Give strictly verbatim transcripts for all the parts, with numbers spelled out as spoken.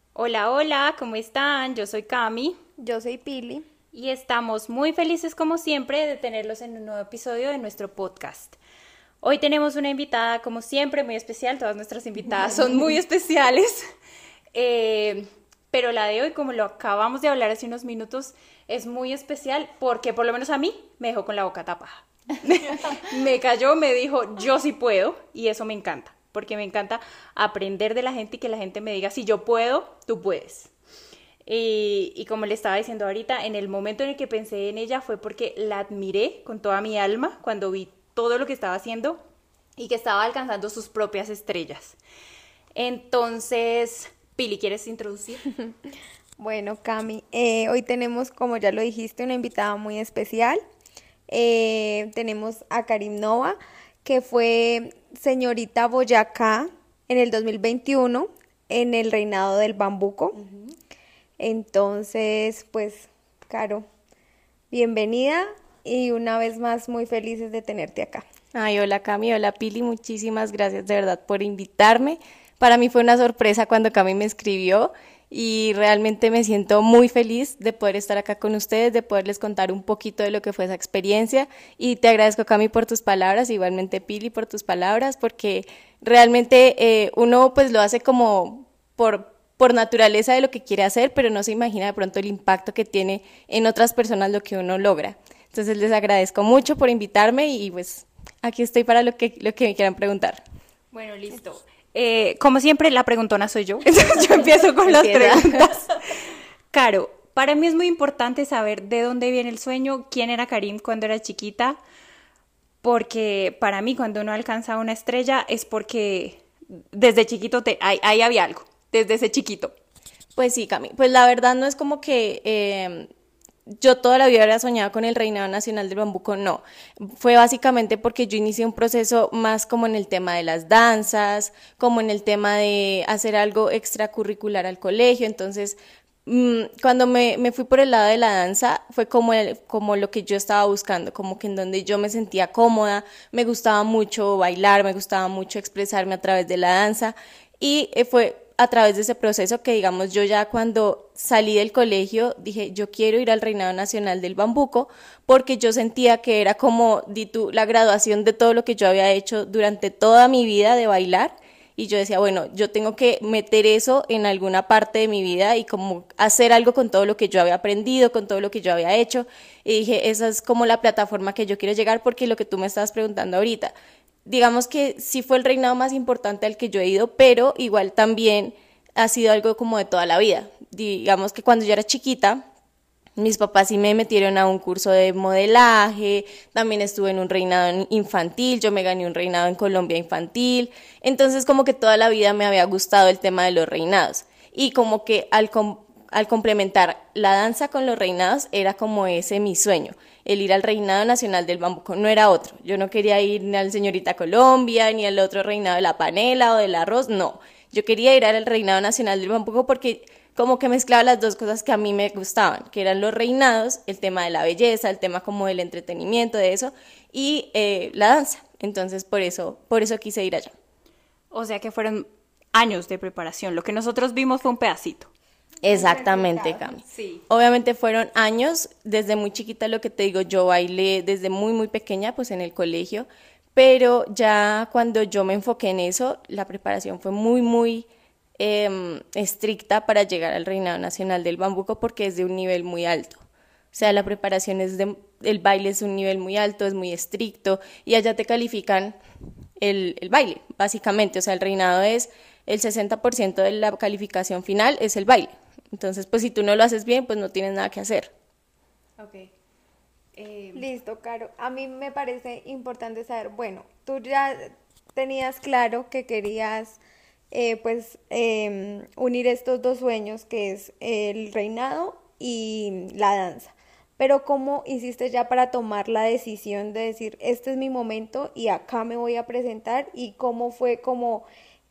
Hola, hola, ¿cómo están? Yo soy Cami Yo soy Pili. y estamos muy felices como siempre de tenerlos en un nuevo episodio de nuestro podcast. Hoy tenemos una invitada como siempre muy especial, todas nuestras invitadas son muy especiales, eh, pero la de hoy, como lo acabamos de hablar hace unos minutos, es muy especial porque por lo menos a mí me dejó con la boca tapada. Me cayó, me dijo, yo sí puedo, y eso me encanta, porque me encanta aprender de la gente y que la gente me diga, si yo puedo, tú puedes. Y, y como le estaba diciendo ahorita, en el momento en el que pensé en ella fue porque la admiré con toda mi alma cuando vi todo lo que estaba haciendo y que estaba alcanzando sus propias estrellas. Entonces, Pili, ¿quieres introducir? Bueno, Cami, eh, hoy tenemos, como ya lo dijiste, una invitada muy especial. Eh, tenemos a Karim Nova, que fue señorita Boyacá en el dos mil veintiuno en el reinado del Bambuco. Entonces, pues, Caro, bienvenida y una vez más muy felices de tenerte acá. Ay, hola Cami, hola Pili, muchísimas gracias de verdad por invitarme. Para mí fue una sorpresa cuando Cami me escribió y realmente me siento muy feliz de poder estar acá con ustedes, de poderles contar un poquito de lo que fue esa experiencia y te agradezco Cami por tus palabras, igualmente Pili por tus palabras, porque realmente eh, uno pues lo hace como por, por naturaleza de lo que quiere hacer, pero no se imagina de pronto el impacto que tiene en otras personas lo que uno logra. Entonces les agradezco mucho por invitarme y pues aquí estoy para lo que, lo que me quieran preguntar. Bueno, listo. Eh, como siempre, la preguntona soy yo. Entonces yo empiezo con las Empieza. preguntas. Caro, para mí es muy importante saber de dónde viene el sueño, quién era Karim cuando era chiquita, porque para mí cuando uno alcanza una estrella es porque desde chiquito te, ahí, ahí había algo, desde ese chiquito. Pues sí, Cami, pues la verdad no es como que eh, yo toda la vida había soñado con el Reinado Nacional del Bambuco, no. Fue básicamente porque yo inicié un proceso más como en el tema de las danzas, como en el tema de hacer algo extracurricular al colegio, entonces mm, cuando me, me fui por el lado de la danza fue como, el- como lo que yo estaba buscando, como que en donde yo me sentía cómoda, me gustaba mucho bailar, me gustaba mucho expresarme a través de la danza y eh, fue a través de ese proceso que, digamos, yo ya cuando salí del colegio dije, yo quiero ir al Reinado Nacional del Bambuco porque yo sentía que era como, di tú, la graduación de todo lo que yo había hecho durante toda mi vida de bailar y yo decía, bueno, yo tengo que meter eso en alguna parte de mi vida y como hacer algo con todo lo que yo había aprendido, con todo lo que yo había hecho. Y dije, esa es como la plataforma que yo quiero llegar porque lo que tú me estabas preguntando ahorita, digamos que sí fue el reinado más importante al que yo he ido, pero igual también ha sido algo como de toda la vida. Digamos que cuando yo era chiquita, mis papás sí me metieron a un curso de modelaje, también estuve en un reinado infantil, yo me gané un reinado en Colombia infantil, entonces como que toda la vida me había gustado el tema de los reinados y como que al, com al complementar la danza con los reinados era como ese mi sueño, el ir al reinado nacional del bambuco, no era otro, yo no quería ir ni al señorita Colombia, ni al otro reinado de la panela o del arroz, no, yo quería ir al reinado nacional del bambuco porque como que mezclaba las dos cosas que a mí me gustaban, que eran los reinados, el tema de la belleza, el tema como del entretenimiento, de eso, y eh, la danza. Entonces, por eso, por eso quise ir allá. O sea que fueron años de preparación. Lo que nosotros vimos fue un pedacito. Exactamente, Cami. Sí. Obviamente fueron años, desde muy chiquita lo que te digo, yo bailé desde muy, muy pequeña, pues en el colegio, pero ya cuando yo me enfoqué en eso, la preparación fue muy, muy eh, estricta para llegar al Reinado Nacional del Bambuco porque es de un nivel muy alto. O sea, la preparación es de, el baile es un nivel muy alto, es muy estricto y allá te califican el, el baile, básicamente. O sea, el reinado es el sesenta por ciento de la calificación final es el baile. Entonces, pues si tú no lo haces bien, pues no tienes nada que hacer. Ok. Eh, Listo, Caro. A mí me parece importante saber, bueno, tú ya tenías claro que querías eh, pues em, unir estos dos sueños, que es el reinado y la danza. Pero ¿cómo hiciste ya para tomar la decisión de decir, este es mi momento y acá me voy a presentar? ¿Y cómo fue como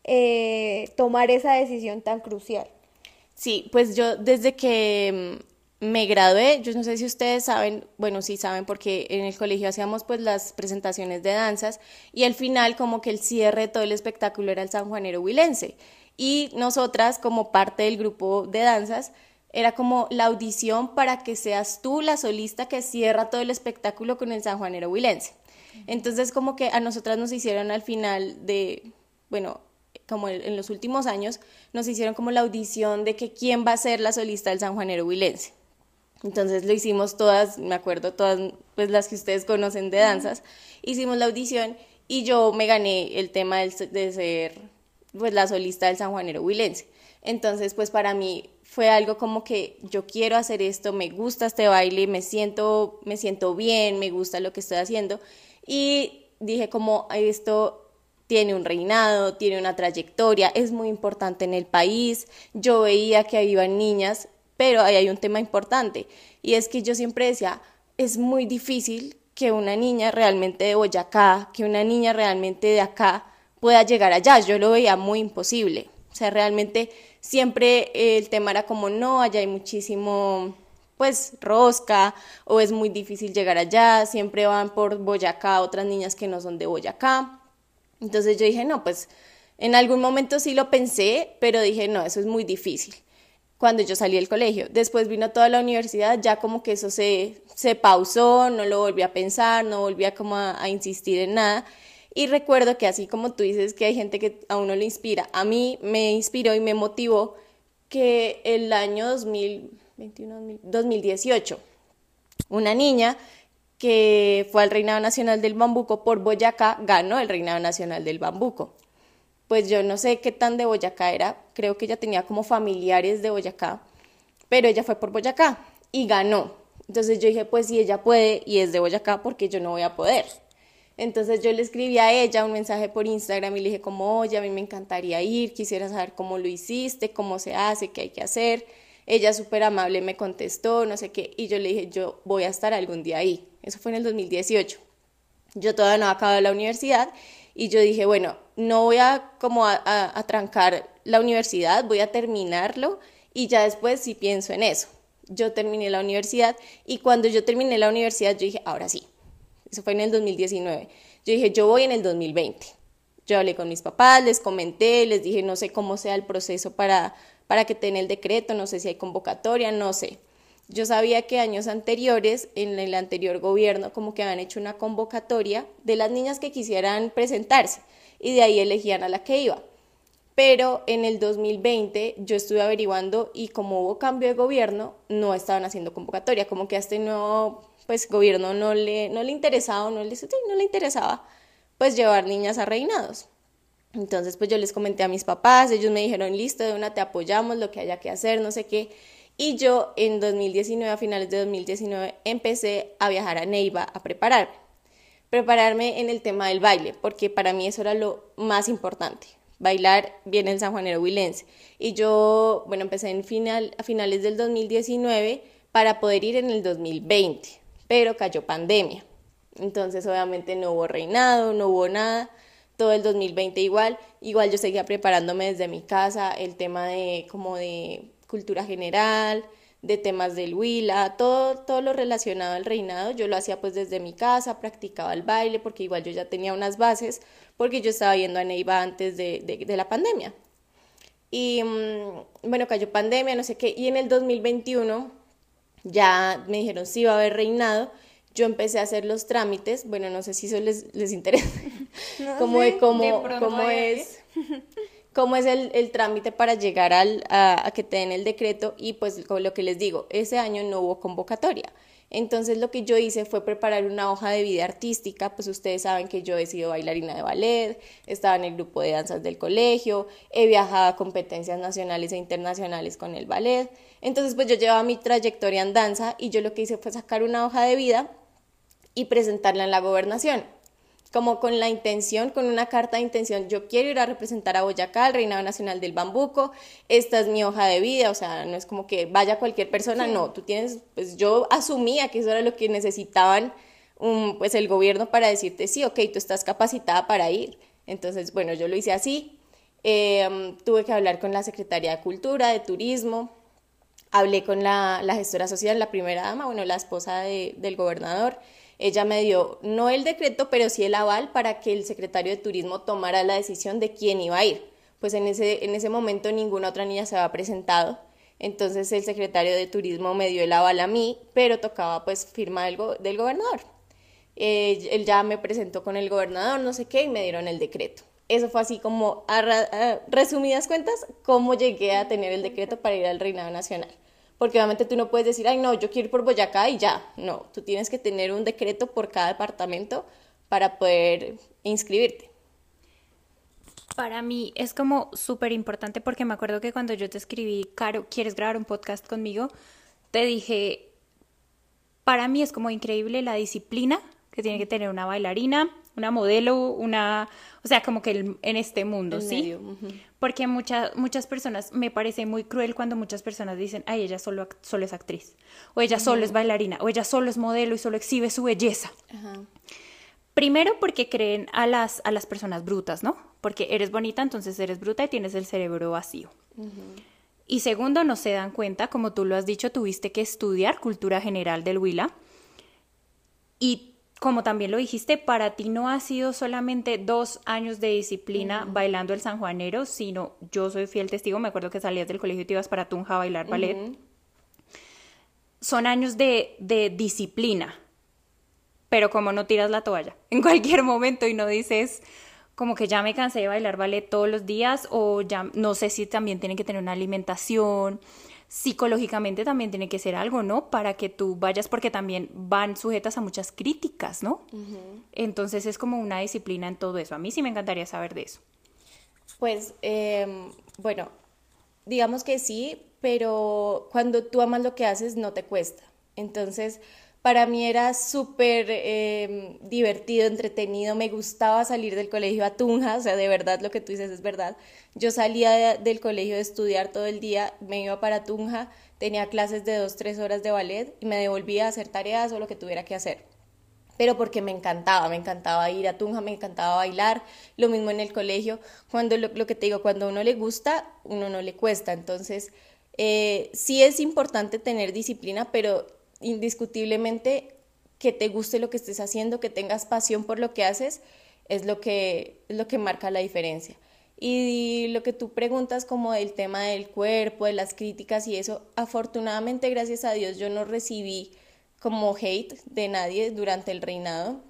eh, tomar esa decisión tan crucial? Sí, pues yo desde que mm, me gradué, yo no sé si ustedes saben, bueno, sí saben porque en el colegio hacíamos pues las presentaciones de danzas y al final como que el cierre de todo el espectáculo era el sanjuanero huilense. y nosotras como parte del grupo de danzas, era como la audición para que seas tú la solista que cierra todo el espectáculo con el sanjuanero huilense. Entonces como que a nosotras nos hicieron al final de, bueno, como en los últimos años, nos hicieron como la audición de que quién va a ser la solista del sanjuanero huilense. Entonces lo hicimos todas, me acuerdo todas, pues las que ustedes conocen de danzas, hicimos la audición y yo me gané el tema de ser pues la solista del sanjuanero huilense. Entonces pues para mí fue algo como que yo quiero hacer esto, me gusta este baile, me siento, me siento bien, me gusta lo que estoy haciendo y dije como esto tiene un reinado, tiene una trayectoria, es muy importante en el país. Yo veía que iban niñas, pero ahí hay un tema importante y es que yo siempre decía, es muy difícil que una niña realmente de Boyacá, que una niña realmente de acá pueda llegar allá, yo lo veía muy imposible. O sea, realmente siempre el tema era como, no, allá hay muchísimo, pues, rosca, o es muy difícil llegar allá, siempre van por Boyacá otras niñas que no son de Boyacá. Entonces yo dije, no, pues, en algún momento sí lo pensé, pero dije, no, eso es muy difícil. Cuando yo salí del colegio, después vino toda la universidad, ya como que eso se, se pausó, no lo volví a pensar, no volví a como a, a insistir en nada. Y recuerdo que así como tú dices que hay gente que a uno le inspira, a mí me inspiró y me motivó que el año dos mil veintiuno, dos mil dieciocho, una niña que fue al Reinado Nacional del Bambuco por Boyacá, ganó el Reinado Nacional del Bambuco. Pues yo no sé qué tan de Boyacá era, creo que ella tenía como familiares de Boyacá, pero ella fue por Boyacá y ganó. Entonces yo dije, pues si ella puede y es de Boyacá, ¿por qué yo no voy a poder? Entonces yo le escribí a ella un mensaje por Instagram y le dije como, oye, a mí me encantaría ir, quisiera saber cómo lo hiciste, cómo se hace, qué hay que hacer. Ella súper amable me contestó, no sé qué, y yo le dije, yo voy a estar algún día ahí. Eso fue en el dos mil dieciocho. Yo todavía no acababa la universidad y yo dije, bueno, no voy a como a, a, a trancar la universidad, voy a terminarlo y ya después sí pienso en eso. Yo terminé la universidad y cuando yo terminé la universidad yo dije, ahora sí. Eso fue en el dos mil diecinueve. Yo dije, yo voy en el dos mil veinte. Yo hablé con mis papás, les comenté, les dije, no sé cómo sea el proceso para, para que tenga el decreto, no sé si hay convocatoria, no sé. Yo sabía que años anteriores, en el anterior gobierno, como que habían hecho una convocatoria de las niñas que quisieran presentarse y de ahí elegían a la que iba. Pero en el dos mil veinte yo estuve averiguando y como hubo cambio de gobierno, no estaban haciendo convocatoria, como que a este nuevo pues, gobierno no le, no le interesaba, no le, no le interesaba pues llevar niñas a reinados. Entonces pues yo les comenté a mis papás, ellos me dijeron, listo, de una te apoyamos, lo que haya que hacer, no sé qué. Y yo en dos mil diecinueve, a finales de dos mil diecinueve, empecé a viajar a Neiva a prepararme. Prepararme en el tema del baile, porque para mí eso era lo más importante. Bailar bien el sanjuanero huilense. Y yo, bueno, empecé en final, a finales del dos mil diecinueve para poder ir en el dos mil veinte, pero cayó pandemia. Entonces obviamente no hubo reinado, no hubo nada, todo el dos mil veinte igual. Igual yo seguía preparándome desde mi casa, el tema de como de cultura general, de temas del huila, todo, todo lo relacionado al reinado, yo lo hacía pues desde mi casa, practicaba el baile, porque igual yo ya tenía unas bases, porque yo estaba yendo a Neiva antes de, de, de la pandemia. Y bueno, cayó pandemia, no sé qué, y en el dos mil veintiuno ya me dijeron sí va a haber reinado, yo empecé a hacer los trámites, bueno, no sé si eso les, les interesa, No cómo, sé, es, cómo, de cómo pronto es... cómo es el, el trámite para llegar al, a, a que te den el decreto y pues como lo que les digo, ese año no hubo convocatoria. Entonces lo que yo hice fue preparar una hoja de vida artística, pues ustedes saben que yo he sido bailarina de ballet, estaba en el grupo de danzas del colegio, he viajado a competencias nacionales e internacionales con el ballet, entonces pues yo llevaba mi trayectoria en danza y yo lo que hice fue sacar una hoja de vida y presentarla en la gobernación, como con la intención, con una carta de intención, yo quiero ir a representar a Boyacá, al Reinado Nacional del Bambuco, esta es mi hoja de vida, o sea, no es como que vaya cualquier persona, sí. No, tú tienes, pues yo asumía que eso era lo que necesitaban, um, pues el gobierno para decirte, sí, ok, tú estás capacitada para ir, entonces, bueno, yo lo hice así, eh, um, tuve que hablar con la Secretaría de Cultura, de Turismo, hablé con la, la gestora social, la primera dama, bueno, la esposa de, del gobernador. Ella me dio, no el decreto, pero sí el aval para que el secretario de Turismo tomara la decisión de quién iba a ir, pues en ese, en ese momento ninguna otra niña se había presentado. Entonces el secretario de turismo me dio el aval a mí, pero tocaba pues firma del, go del gobernador. Eh, él ya me presentó con el gobernador, no sé qué, y me dieron el decreto. Eso fue así como, a, a resumidas cuentas, cómo llegué a tener el decreto para ir al Reinado Nacional. Porque obviamente tú no puedes decir, ay no, yo quiero ir por Boyacá y ya. No, tú tienes que tener un decreto por cada departamento para poder inscribirte. Para mí es como súper importante porque me acuerdo que cuando yo te escribí, Caro, ¿quieres grabar un podcast conmigo? Te dije, para mí es como increíble la disciplina que tiene que tener una bailarina, una modelo, una, o sea, como que el, en este mundo, En ¿sí? medio, uh-huh. Porque muchas muchas personas, me parece muy cruel cuando muchas personas dicen, ay, ella solo, solo es actriz, o ella uh-huh. solo es bailarina, o ella solo es modelo y solo exhibe su belleza. Uh-huh. Primero porque creen a las, a las personas brutas, ¿no? Porque eres bonita, entonces eres bruta y tienes el cerebro vacío. Uh-huh. Y segundo, no se dan cuenta, como tú lo has dicho, tuviste que estudiar cultura general del Huila. Y como también lo dijiste, para ti no ha sido solamente dos años de disciplina uh-huh. bailando el sanjuanero, sino yo soy fiel testigo, me acuerdo que salías del colegio y te ibas para Tunja a bailar ballet. Uh-huh. Son años de, de disciplina. Pero como no tiras la toalla en cualquier momento y no dices como que ya me cansé de bailar ballet todos los días, o ya no sé si también tienen que tener una alimentación, psicológicamente también tiene que ser algo, ¿no? Para que tú vayas, porque también van sujetas a muchas críticas, ¿no? Uh-huh. Entonces es como una disciplina en todo eso. A mí sí me encantaría saber de eso. Pues, eh, bueno, digamos que sí, pero cuando tú amas lo que haces no te cuesta. Entonces, para mí era súper eh, divertido, entretenido, me gustaba salir del colegio a Tunja, o sea, de verdad lo que tú dices es verdad. Yo salía de, del colegio de estudiar todo el día, me iba para Tunja, tenía clases de dos, tres horas de ballet y me devolvía a hacer tareas o lo que tuviera que hacer. Pero porque me encantaba, me encantaba ir a Tunja, me encantaba bailar, lo mismo en el colegio. Cuando lo, lo que te digo, cuando a uno le gusta, uno no le cuesta. Entonces, eh, sí es importante tener disciplina, pero indiscutiblemente que te guste lo que estés haciendo, que tengas pasión por lo que haces, es lo que, es lo que marca la diferencia. Y lo que tú preguntas como del tema del cuerpo, de las críticas y eso, afortunadamente, gracias a Dios, yo no recibí como hate de nadie durante el reinado.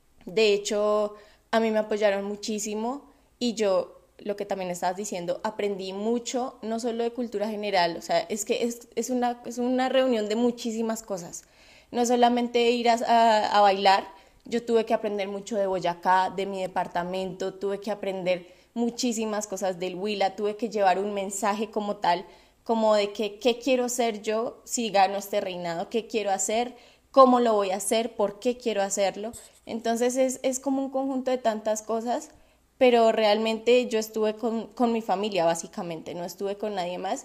De hecho, a mí me apoyaron muchísimo y yo, lo que también estabas diciendo, aprendí mucho, no solo de cultura general, o sea, es que es, es, una, es una reunión de muchísimas cosas, no solamente ir a, a, a bailar, yo tuve que aprender mucho de Boyacá, de mi departamento, tuve que aprender muchísimas cosas del Huila, tuve que llevar un mensaje como tal, como de que qué quiero ser yo si gano este reinado, qué quiero hacer, cómo lo voy a hacer, por qué quiero hacerlo. Entonces es, es como un conjunto de tantas cosas, pero realmente yo estuve con, con mi familia básicamente, no estuve con nadie más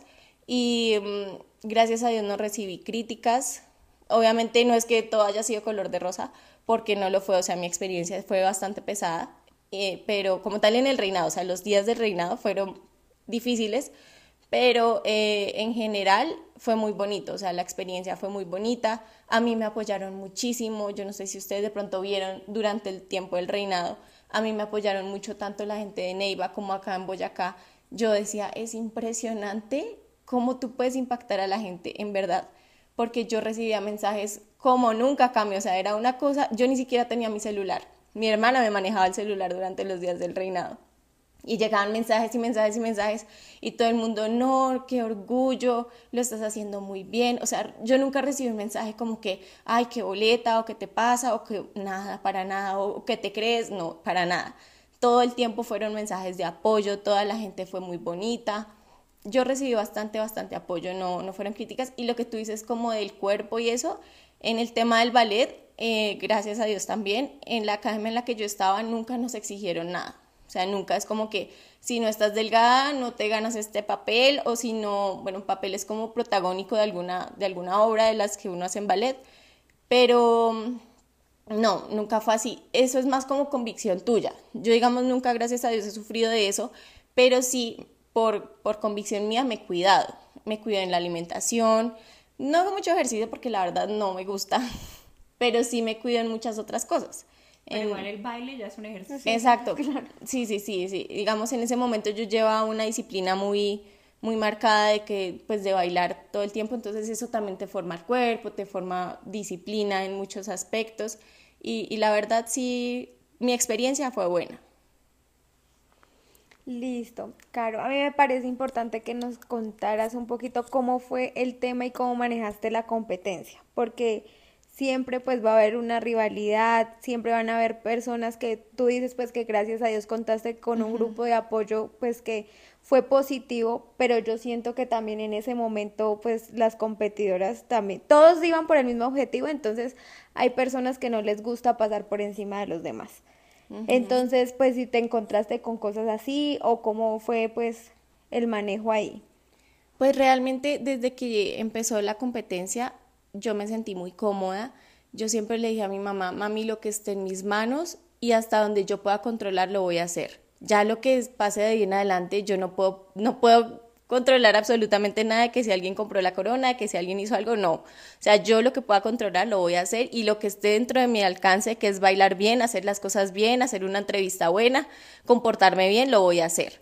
y um, gracias a Dios no recibí críticas. Obviamente no es que todo haya sido color de rosa, porque no lo fue, o sea, mi experiencia fue bastante pesada, eh, pero como tal en el reinado, o sea, los días del reinado fueron difíciles, pero eh, en general fue muy bonito, o sea, la experiencia fue muy bonita, a mí me apoyaron muchísimo, yo no sé si ustedes de pronto vieron durante el tiempo del reinado, a mí me apoyaron mucho tanto la gente de Neiva como acá en Boyacá. Yo decía, es impresionante cómo tú puedes impactar a la gente, en verdad, porque yo recibía mensajes como nunca cambio, o sea, era una cosa, yo ni siquiera tenía mi celular, mi hermana me manejaba el celular durante los días del reinado, y llegaban mensajes y mensajes y mensajes, y todo el mundo, no, qué orgullo, lo estás haciendo muy bien, o sea, yo nunca recibí un mensaje como que, ay, qué boleta, o qué te pasa, o que nada, para nada, o qué te crees, no, para nada. Todo el tiempo fueron mensajes de apoyo, toda la gente fue muy bonita, yo recibí bastante, bastante apoyo, no, no fueron críticas, y lo que tú dices como del cuerpo y eso, en el tema del ballet, eh, gracias a Dios también, en la academia en la que yo estaba nunca nos exigieron nada. O sea, nunca es como que si no estás delgada no te ganas este papel, o si no, bueno, un papel es como protagónico de alguna, de alguna obra de las que uno hace en ballet, pero no, nunca fue así. Eso es más como convicción tuya. Yo, digamos, nunca, gracias a Dios, he sufrido de eso, pero sí, por, por convicción mía me he cuidado. Me cuido en la alimentación, no hago mucho ejercicio porque la verdad no me gusta, pero sí me cuido en muchas otras cosas. Pero En- igual el baile ya es un ejercicio. Exacto, sí, sí, sí, sí. Digamos, en ese momento yo llevaba una disciplina muy, muy marcada de que, pues, de bailar todo el tiempo, entonces eso también te forma el cuerpo, te forma disciplina en muchos aspectos y, y la verdad sí, mi experiencia fue buena. Listo, Caro. A mí me parece importante que nos contaras un poquito cómo fue el tema y cómo manejaste la competencia, porque siempre pues va a haber una rivalidad, siempre van a haber personas que tú dices pues que gracias a Dios contaste con un grupo de apoyo pues que fue positivo, pero yo siento que también en ese momento pues las competidoras también, todos iban por el mismo objetivo, entonces hay personas que no les gusta pasar por encima de los demás. Entonces, pues si te encontraste con cosas así o cómo fue pues el manejo ahí. Pues realmente desde que empezó la competencia yo me sentí muy cómoda. Yo siempre le dije a mi mamá, mami, lo que esté en mis manos y hasta donde yo pueda controlar lo voy a hacer. Ya lo que pase de ahí en adelante yo no puedo, no puedo controlar absolutamente nada de que si alguien compró la corona, de que si alguien hizo algo, no. O sea, yo lo que pueda controlar lo voy a hacer y lo que esté dentro de mi alcance, que es bailar bien, hacer las cosas bien, hacer una entrevista buena, comportarme bien, lo voy a hacer.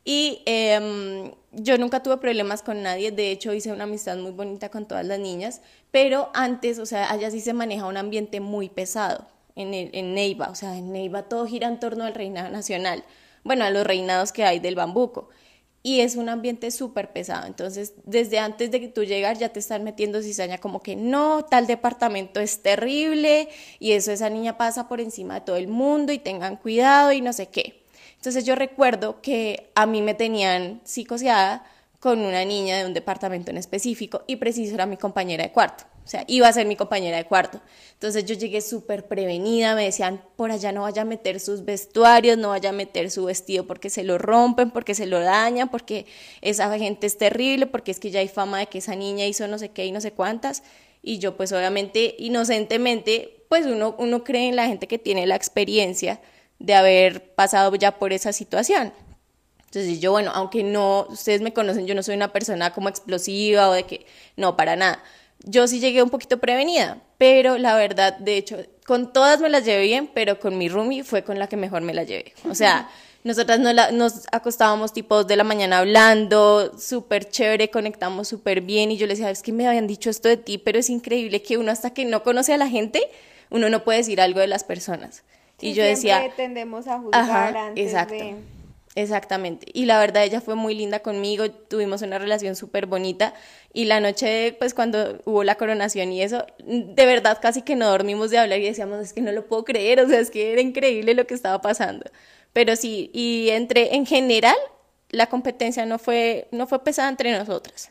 Y eh, yo nunca tuve problemas con nadie, de hecho hice una amistad muy bonita con todas las niñas, pero antes, o sea, allá sí se maneja un ambiente muy pesado en, el, en Neiva, o sea, en Neiva todo gira en torno al reinado nacional, bueno, a los reinados que hay del bambuco. Y es un ambiente súper pesado, entonces desde antes de que tú llegas ya te están metiendo cizaña como que no, tal departamento es terrible y eso esa niña pasa por encima de todo el mundo y tengan cuidado y no sé qué. Entonces yo recuerdo que a mí me tenían psicoseada con una niña de un departamento en específico y preciso era mi compañera de cuarto, o sea, iba a ser mi compañera de cuarto. Entonces yo llegué súper prevenida, me decían, por allá no vaya a meter sus vestuarios, no vaya a meter su vestido porque se lo rompen, porque se lo dañan, porque esa gente es terrible, porque es que ya hay fama de que esa niña hizo no sé qué y no sé cuántas. Y yo pues obviamente, inocentemente, pues uno, uno cree en la gente que tiene la experiencia de haber pasado ya por esa situación. Entonces yo, bueno, aunque no, ustedes me conocen, yo no soy una persona como explosiva o de que, no, para nada. Yo sí llegué un poquito prevenida, pero la verdad, de hecho, con todas me las llevé bien, pero con mi roomie fue con la que mejor me la llevé. O sea, nosotras nos, la, nos acostábamos tipo dos de la mañana hablando, súper chévere, conectamos súper bien, y yo le decía, es que me habían dicho esto de ti, pero es increíble que uno hasta que no conoce a la gente, uno no puede decir algo de las personas. Sí, y yo decía, siempre tendemos a juzgar ajá, antes exacto. de... Exactamente, y la verdad ella fue muy linda conmigo, tuvimos una relación súper bonita y la noche pues cuando hubo la coronación y eso, de verdad casi que no dormimos de hablar y decíamos es que no lo puedo creer, o sea es que era increíble lo que estaba pasando, pero sí, y entre, en general la competencia no fue, no fue pesada entre nosotras.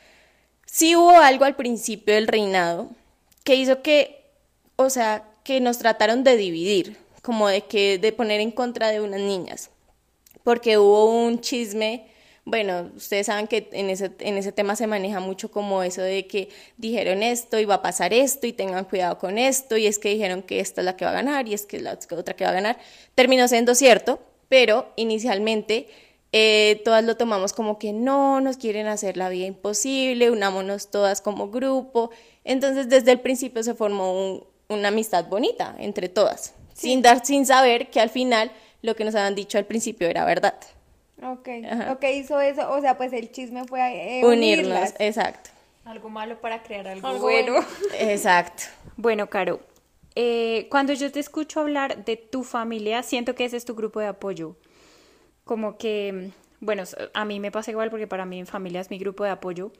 Sí hubo algo al principio del reinado que hizo que, o sea, que nos trataron de dividir, como de que, de poner en contra de unas niñas. Porque hubo un chisme, bueno, ustedes saben que en ese, en ese tema se maneja mucho como eso de que dijeron esto y va a pasar esto y tengan cuidado con esto y es que dijeron que esta es la que va a ganar y es que es la otra que va a ganar. Terminó siendo cierto, pero inicialmente eh, todas lo tomamos como que no, nos quieren hacer la vida imposible, unámonos todas como grupo. Entonces desde el principio se formó un, una amistad bonita entre todas, sí. sin, dar, sin saber que al final... lo que nos habían dicho al principio era verdad. Ok, Ajá. lo que hizo eso, o sea, pues el chisme fue eh, unirnos, unirlas. exacto. Algo malo para crear algo, Algo bueno. bueno. Exacto. Bueno, Caro, eh, cuando yo te escucho hablar de tu familia, siento que ese es tu grupo de apoyo. Como que, bueno, a mí me pasa igual porque para mí mi familia es mi grupo de apoyo.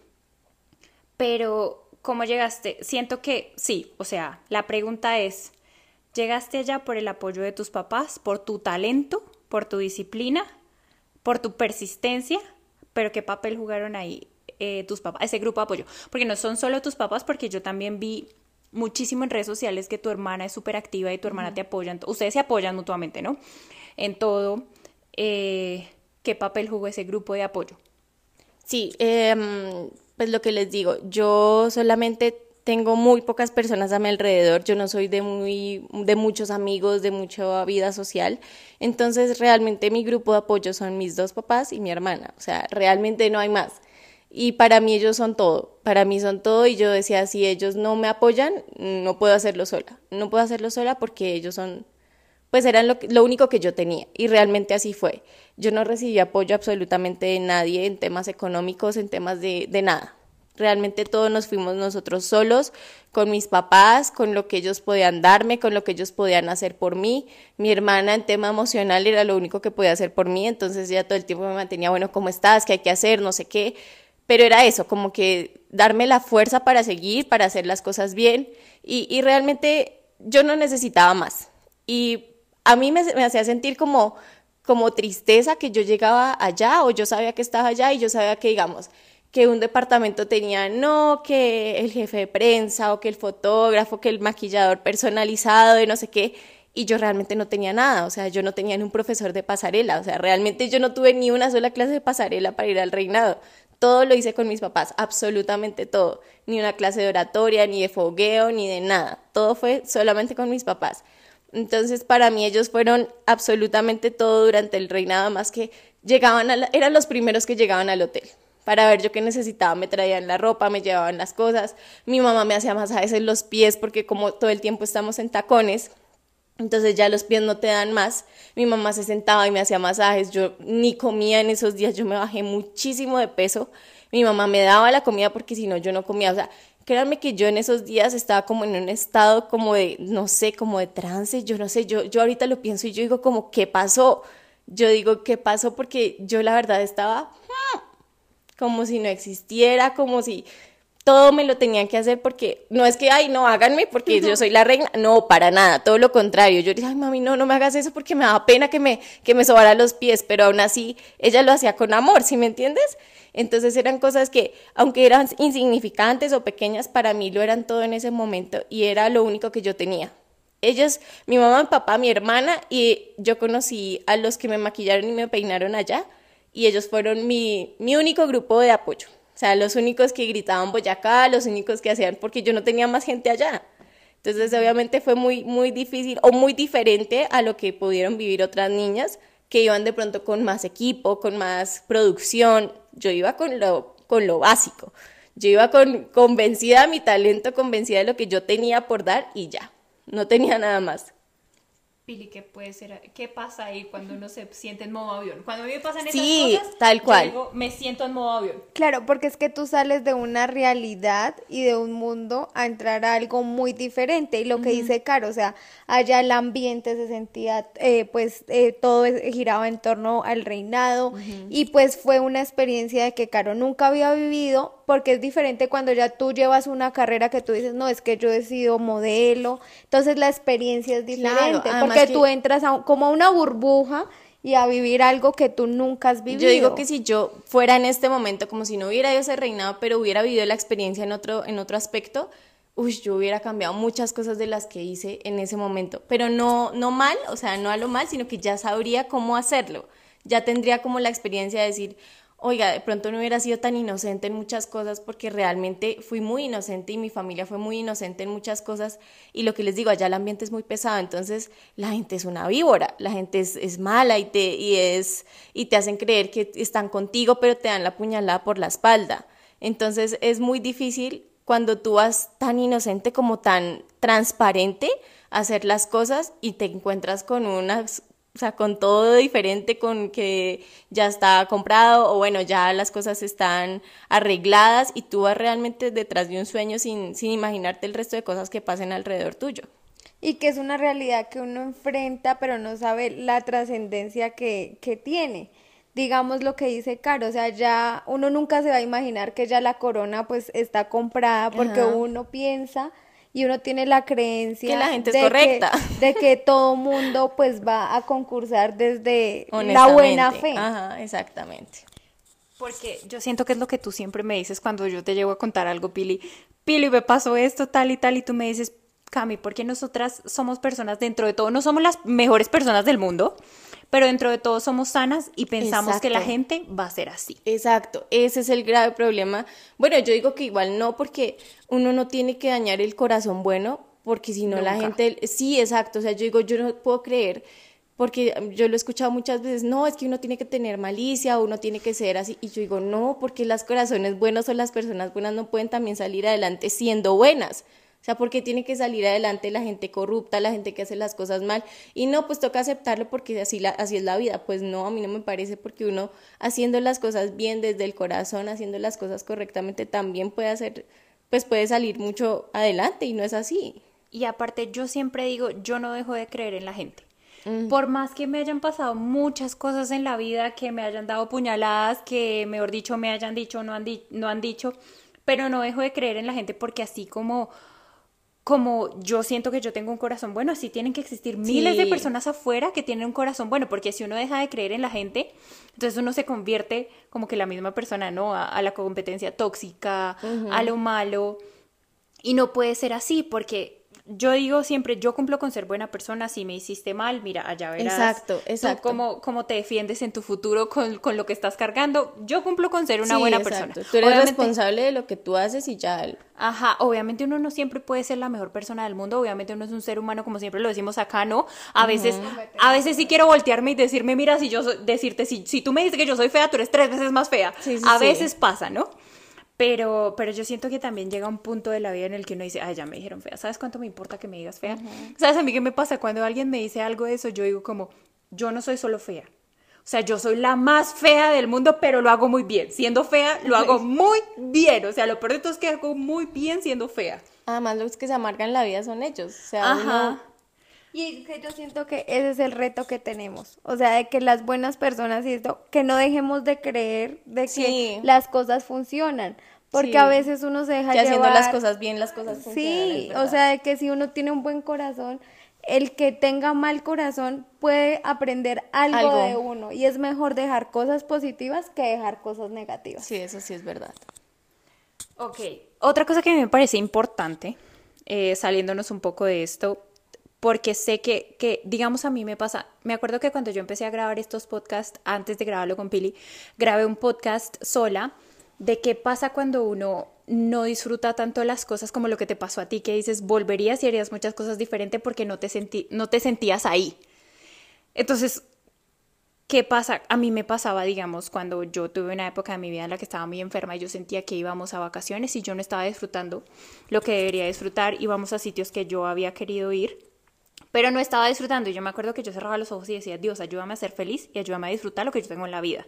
Pero, ¿cómo llegaste? Siento que sí, o sea, la pregunta es... ¿llegaste allá por el apoyo de tus papás, por tu talento, por tu disciplina, por tu persistencia? ¿Pero qué papel jugaron ahí eh, tus papás, ese grupo de apoyo? Porque no son solo tus papás, porque yo también vi muchísimo en redes sociales que tu hermana es súper activa y tu hermana uh-huh. te apoya. Ustedes se apoyan mutuamente, ¿no? En todo. Eh, ¿qué papel jugó ese grupo de apoyo? Sí, eh, pues lo que les digo, yo solamente... tengo muy pocas personas a mi alrededor, yo no soy de, muy, de muchos amigos, de mucha vida social, entonces realmente mi grupo de apoyo son mis dos papás y mi hermana, o sea, realmente no hay más. Y para mí ellos son todo, para mí son todo y yo decía, si ellos no me apoyan, no puedo hacerlo sola, no puedo hacerlo sola porque ellos son pues eran lo, lo único que yo tenía, y realmente así fue. Yo no recibí apoyo absolutamente de nadie en temas económicos, en temas de, de nada. Realmente todos nos fuimos nosotros solos, con mis papás, con lo que ellos podían darme, con lo que ellos podían hacer por mí. Mi hermana en tema emocional era lo único que podía hacer por mí, entonces ella todo el tiempo me mantenía, bueno, ¿cómo estás? ¿Qué hay que hacer? No sé qué. Pero era eso, como que darme la fuerza para seguir, para hacer las cosas bien, y, y realmente yo no necesitaba más. Y a mí me, me hacía sentir como, como tristeza que yo llegaba allá, o yo sabía que estaba allá, y yo sabía que, digamos, que un departamento tenía, no, que el jefe de prensa, o que el fotógrafo, que el maquillador personalizado, de no sé qué, y yo realmente no tenía nada, o sea, yo no tenía ni un profesor de pasarela, o sea, realmente yo no tuve ni una sola clase de pasarela para ir al reinado. Todo lo hice con mis papás, absolutamente todo, ni una clase de oratoria, ni de fogueo, ni de nada, todo fue solamente con mis papás. Entonces, para mí ellos fueron absolutamente todo durante el reinado, más que llegaban a la, eran los primeros que llegaban al hotel. Para ver yo qué necesitaba, me traían la ropa, me llevaban las cosas, mi mamá me hacía masajes en los pies porque como todo el tiempo estamos en tacones, entonces ya los pies no te dan más, mi mamá se sentaba y me hacía masajes, yo ni comía en esos días, yo me bajé muchísimo de peso, mi mamá me daba la comida porque si no yo no comía, o sea, créanme que yo en esos días estaba como en un estado como de, no sé, como de trance, yo no sé, yo, yo ahorita lo pienso y yo digo como, ¿qué pasó? Yo digo, ¿qué pasó? Porque yo la verdad estaba como si no existiera, como si todo me lo tenían que hacer porque no es que, ay, no, háganme porque yo soy la reina, no, para nada, todo lo contrario, yo dije, ay, mami, no, no me hagas eso porque me daba pena que me, que me sobara los pies, pero aún así ella lo hacía con amor, ¿sí me entiendes? Entonces eran cosas que, aunque eran insignificantes o pequeñas, para mí lo eran todo en ese momento y era lo único que yo tenía. Ellos, mi mamá, mi papá, mi hermana, y yo conocí a los que me maquillaron y me peinaron allá, y ellos fueron mi, mi único grupo de apoyo. O sea, los únicos que gritaban Boyacá, los únicos que hacían, porque yo no tenía más gente allá. Entonces, obviamente fue muy, muy difícil o muy diferente a lo que pudieron vivir otras niñas que iban de pronto con más equipo, con más producción. Yo iba con lo, con lo básico. Yo iba con, convencida de mi talento, convencida de lo que yo tenía por dar y ya. No tenía nada más. Pili, ¿qué puede ser? ¿Qué pasa ahí cuando uno se siente en modo avión? Cuando a mí me pasan esas sí, cosas, tal cual. yo digo, me siento en modo avión. Claro, porque es que tú sales de una realidad y de un mundo a entrar a algo muy diferente. Y lo que uh-huh. dice Caro, o sea, allá el ambiente se sentía, eh, pues eh, todo giraba en torno al reinado. Uh-huh. Y pues fue una experiencia de que Caro nunca había vivido, porque es diferente cuando ya tú llevas una carrera que tú dices, no, es que yo he sido modelo. Entonces la experiencia es diferente, claro, porque que... tú entras a, como a una burbuja y a vivir algo que tú nunca has vivido. Yo digo que si yo fuera en este momento, como si no hubiera ido a ese reinado, pero hubiera vivido la experiencia en otro, en otro aspecto, uy, yo hubiera cambiado muchas cosas de las que hice en ese momento, pero no, no mal, o sea, no a lo mal, sino que ya sabría cómo hacerlo, ya tendría como la experiencia de decir, oiga, de pronto no hubiera sido tan inocente en muchas cosas porque realmente fui muy inocente y mi familia fue muy inocente en muchas cosas y lo que les digo, allá el ambiente es muy pesado, entonces la gente es una víbora, la gente es, es mala y te, y, es, y te hacen creer que están contigo pero te dan la puñalada por la espalda, entonces es muy difícil cuando tú vas tan inocente como tan transparente a hacer las cosas y te encuentras con unas... O sea, con todo diferente, con que ya está comprado o bueno, ya las cosas están arregladas y tú vas realmente detrás de un sueño sin, sin imaginarte el resto de cosas que pasen alrededor tuyo. Y que es una realidad que uno enfrenta, pero no sabe la trascendencia que, que tiene. Digamos lo que dice Caro, o sea, ya uno nunca se va a imaginar que ya la corona pues está comprada porque Ajá. uno piensa... Y uno tiene la creencia que la gente de es correcta. Que, de que todo mundo pues va a concursar desde la buena fe. Ajá, exactamente. Porque yo siento que es lo que tú siempre me dices cuando yo te llego a contar algo, Pili. Pili, me pasó esto, tal y tal, y tú me dices, Cami, porque nosotras somos personas, dentro de todo, no somos las mejores personas del mundo, pero dentro de todo somos sanas y pensamos Exacto. que la gente va a ser así. Exacto, ese es el grave problema. Bueno, yo digo que igual no, porque uno no tiene que dañar el corazón bueno, porque si no Nunca. La gente... Sí, exacto, o sea, yo digo, yo no puedo creer, porque yo lo he escuchado muchas veces, no, es que uno tiene que tener malicia, uno tiene que ser así, y yo digo, no, porque las corazones buenos o las personas buenas no pueden también salir adelante siendo buenas. O sea, ¿por qué tiene que salir adelante la gente corrupta, la gente que hace las cosas mal? Y no, pues toca aceptarlo porque así, la, así es la vida. Pues no, a mí no me parece, porque uno haciendo las cosas bien desde el corazón, haciendo las cosas correctamente, también puede hacer, pues puede salir mucho adelante, y no es así. Y aparte, yo siempre digo, yo no dejo de creer en la gente. Mm. Por más que me hayan pasado muchas cosas en la vida, que me hayan dado puñaladas, que mejor dicho me hayan dicho, no han, di- no han dicho, pero no dejo de creer en la gente, porque así como... como yo siento que yo tengo un corazón bueno, así tienen que existir miles Sí. de personas afuera que tienen un corazón bueno, porque si uno deja de creer en la gente, entonces uno se convierte como que la misma persona, ¿no? A, a la competencia tóxica, uh-huh. a lo malo, y no puede ser así, porque yo digo siempre, yo cumplo con ser buena persona. Si me hiciste mal, mira, allá verás. Exacto, exacto. Tú cómo, cómo te defiendes en tu futuro con, con lo que estás cargando. Yo cumplo con ser una sí, buena exacto. persona. Tú eres obviamente responsable de lo que tú haces y ya. Ajá, obviamente uno no siempre puede ser la mejor persona del mundo. Obviamente uno es un ser humano, como siempre lo decimos acá, ¿no? A veces, uh-huh. a veces sí quiero voltearme y decirme, mira, si yo soy, decirte, si, si tú me dices que yo soy fea, tú eres tres veces más fea. Sí, sí, a sí. veces pasa, ¿no? Pero, pero yo siento que también llega un punto de la vida en el que uno dice, ay, ya me dijeron fea, ¿sabes cuánto me importa que me digas fea? Uh-huh. ¿Sabes a mí qué me pasa? Cuando alguien me dice algo de eso, yo digo como, yo no soy solo fea. O sea, yo soy la más fea del mundo, pero lo hago muy bien. Siendo fea, lo hago muy bien. O sea, lo peor de todo es que hago muy bien siendo fea. Además, los que se amargan la vida son ellos. O sea, Ajá. uno... Y que yo siento que ese es el reto que tenemos, o sea, de que las buenas personas y esto, que no dejemos de creer de que sí. las cosas funcionan, porque sí. a veces uno se deja que llevar. haciendo las cosas bien, las cosas funcionan. Sí, o sea, de que si uno tiene un buen corazón, el que tenga mal corazón puede aprender algo, algo de uno, y es mejor dejar cosas positivas que dejar cosas negativas. Sí, eso sí es verdad. Ok, otra cosa que a mí me parece importante, eh, saliéndonos un poco de esto, porque sé que, que, digamos, a mí me pasa, me acuerdo que cuando yo empecé a grabar estos podcasts, antes de grabarlo con Pili, grabé un podcast sola de qué pasa cuando uno no disfruta tanto las cosas como lo que te pasó a ti, que dices, volverías y harías muchas cosas diferentes porque no te, sentí, no te sentías ahí. Entonces, ¿qué pasa? A mí me pasaba, digamos, cuando yo tuve una época de mi vida en la que estaba muy enferma y yo sentía que íbamos a vacaciones y yo no estaba disfrutando lo que debería disfrutar, íbamos a sitios que yo había querido ir, pero no estaba disfrutando. Y yo me acuerdo que yo cerraba los ojos y decía, Dios, ayúdame a ser feliz y ayúdame a disfrutar lo que yo tengo en la vida.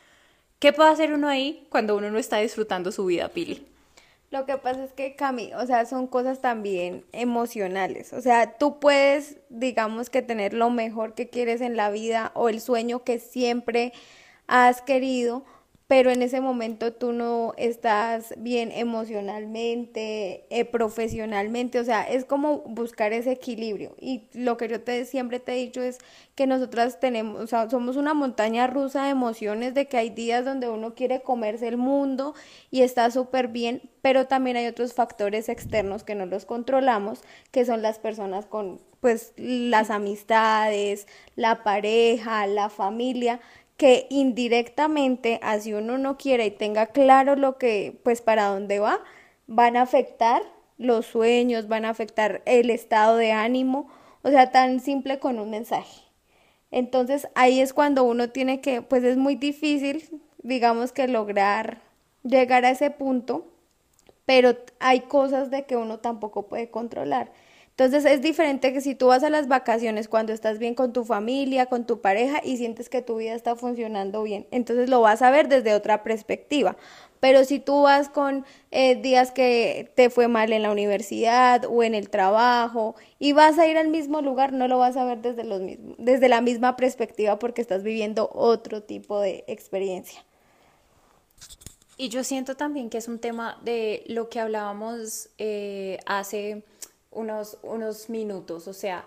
¿Qué puede hacer uno ahí cuando uno no está disfrutando su vida, Pili? Lo que pasa es que, Cami, o sea, son cosas también emocionales. O sea, tú puedes, digamos, que tener lo mejor que quieres en la vida o el sueño que siempre has querido, pero en ese momento tú no estás bien emocionalmente, eh, profesionalmente, o sea, es como buscar ese equilibrio. Y lo que yo te siempre te he dicho es que nosotras tenemos, o sea, somos una montaña rusa de emociones, de que hay días donde uno quiere comerse el mundo y está súper bien, pero también hay otros factores externos que no los controlamos, que son las personas con, pues, las amistades, la pareja, la familia, que indirectamente, así uno no quiere y tenga claro lo que, pues para dónde va, van a afectar los sueños, van a afectar el estado de ánimo, o sea, tan simple con un mensaje. Entonces ahí es cuando uno tiene que, pues es muy difícil, digamos, que lograr llegar a ese punto, pero hay cosas de que uno tampoco puede controlar. Entonces es diferente que si tú vas a las vacaciones cuando estás bien con tu familia, con tu pareja y sientes que tu vida está funcionando bien, entonces lo vas a ver desde otra perspectiva. Pero si tú vas con eh, días que te fue mal en la universidad o en el trabajo y vas a ir al mismo lugar, no lo vas a ver desde, los mismos, desde la misma perspectiva porque estás viviendo otro tipo de experiencia. Y yo siento también que es un tema de lo que hablábamos eh, hace... Unos, unos minutos, o sea,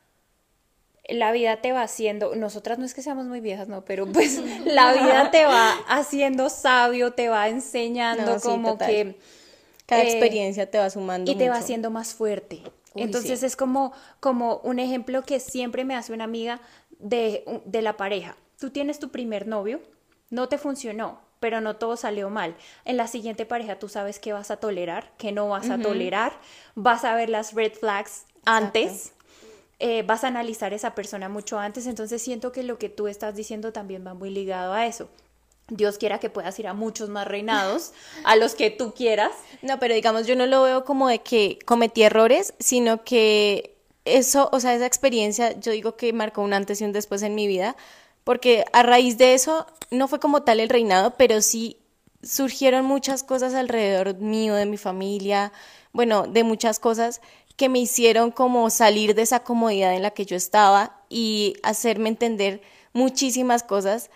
la vida te va haciendo, nosotras no es que seamos muy viejas, no, pero pues la vida te va haciendo sabio, te va enseñando no, como sí, que... Cada eh, experiencia te va sumando y te mucho. va haciendo más fuerte. Uy, Entonces sí. es como, como un ejemplo que siempre me hace una amiga de, de la pareja. Tú tienes tu primer novio, no te funcionó, pero no todo salió mal. En la siguiente pareja tú sabes qué vas a tolerar, qué no vas uh-huh. a tolerar, vas a ver las red flags antes, eh, vas a analizar esa persona mucho antes, entonces siento que lo que tú estás diciendo también va muy ligado a eso. Dios quiera que puedas ir a muchos más reinados, a los que tú quieras. No, pero digamos, yo no lo veo como de que cometí errores, sino que eso, o sea, esa experiencia, yo digo que marcó un antes y un después en mi vida, porque a raíz de eso, no fue como tal el reinado, pero sí surgieron muchas cosas alrededor mío, de mi familia, bueno, de muchas cosas que me hicieron como salir de esa comodidad en la que yo estaba y hacerme entender muchísimas cosas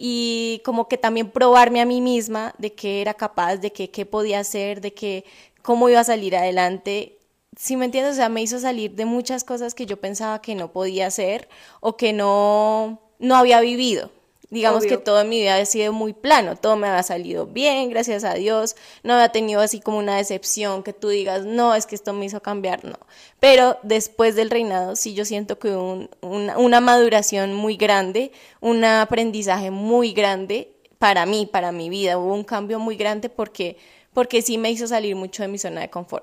y como que también probarme a mí misma de qué era capaz, de qué, qué podía hacer, de que cómo iba a salir adelante. ¿Sí me entiendes? O sea, me hizo salir de muchas cosas que yo pensaba que no podía hacer o que no, no había vivido. Digamos Obvio. que todo en mi vida ha sido muy plano, todo me había salido bien, gracias a Dios, no había tenido así como una decepción que tú digas, no, es que esto me hizo cambiar, no. Pero después del reinado sí yo siento que hubo un, una, una maduración muy grande, un aprendizaje muy grande para mí, para mi vida, hubo un cambio muy grande porque, porque sí me hizo salir mucho de mi zona de confort.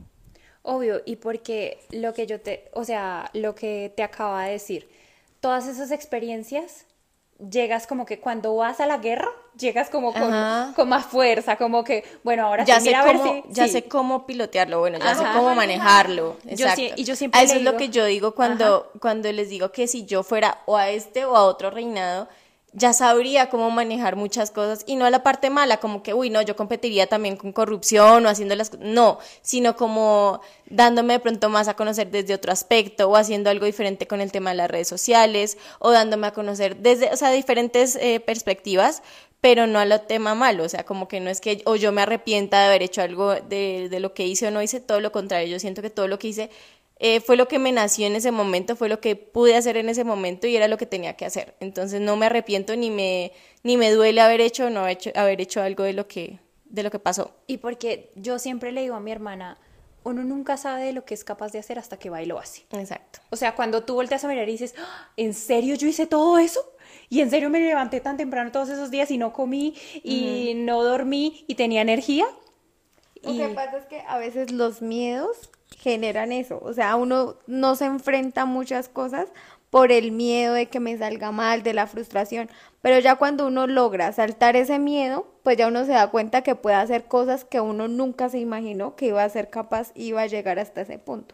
Obvio, y porque lo que yo te, o sea, lo que te acaba de decir, todas esas experiencias, llegas como que cuando vas a la guerra, llegas como con, Ajá. con más fuerza, como que, bueno, ahora Ya sí, sé mira a ver cómo, si, ya sí. sé cómo pilotearlo, bueno, ya sé Ajá. cómo manejarlo. Yo Exacto. sí- y yo siempre A eso le es lo digo- que yo digo cuando, cuando les digo que si yo fuera o a este o a otro reinado, ya sabría cómo manejar muchas cosas y no a la parte mala, como que, uy, no, yo competiría también con corrupción o haciendo las cosas, no, sino como dándome de pronto más a conocer desde otro aspecto o haciendo algo diferente con el tema de las redes sociales o dándome a conocer desde, o sea, diferentes eh, perspectivas, pero no a lo tema malo, o sea, como que no es que o yo me arrepienta de haber hecho algo de, de lo que hice o no hice, todo lo contrario, yo siento que todo lo que hice Eh, fue lo que me nació en ese momento, fue lo que pude hacer en ese momento y era lo que tenía que hacer. Entonces no me arrepiento ni me, ni me duele haber hecho o no hecho, haber hecho algo de lo que, de lo que pasó. Y porque yo siempre le digo a mi hermana, uno nunca sabe de lo que es capaz de hacer hasta que va y lo hace. Exacto. O sea, cuando tú volteas a mirar y dices, "¡Ah! ¿En serio yo hice todo eso? ¿Y en serio me levanté tan temprano todos esos días y no comí y uh-huh. no dormí y tenía energía?" Lo y... que pasa es que a veces los miedos generan eso, o sea, uno no se enfrenta a muchas cosas por el miedo de que me salga mal, de la frustración, pero ya cuando uno logra saltar ese miedo, pues ya uno se da cuenta que puede hacer cosas que uno nunca se imaginó que iba a ser capaz, iba a llegar hasta ese punto.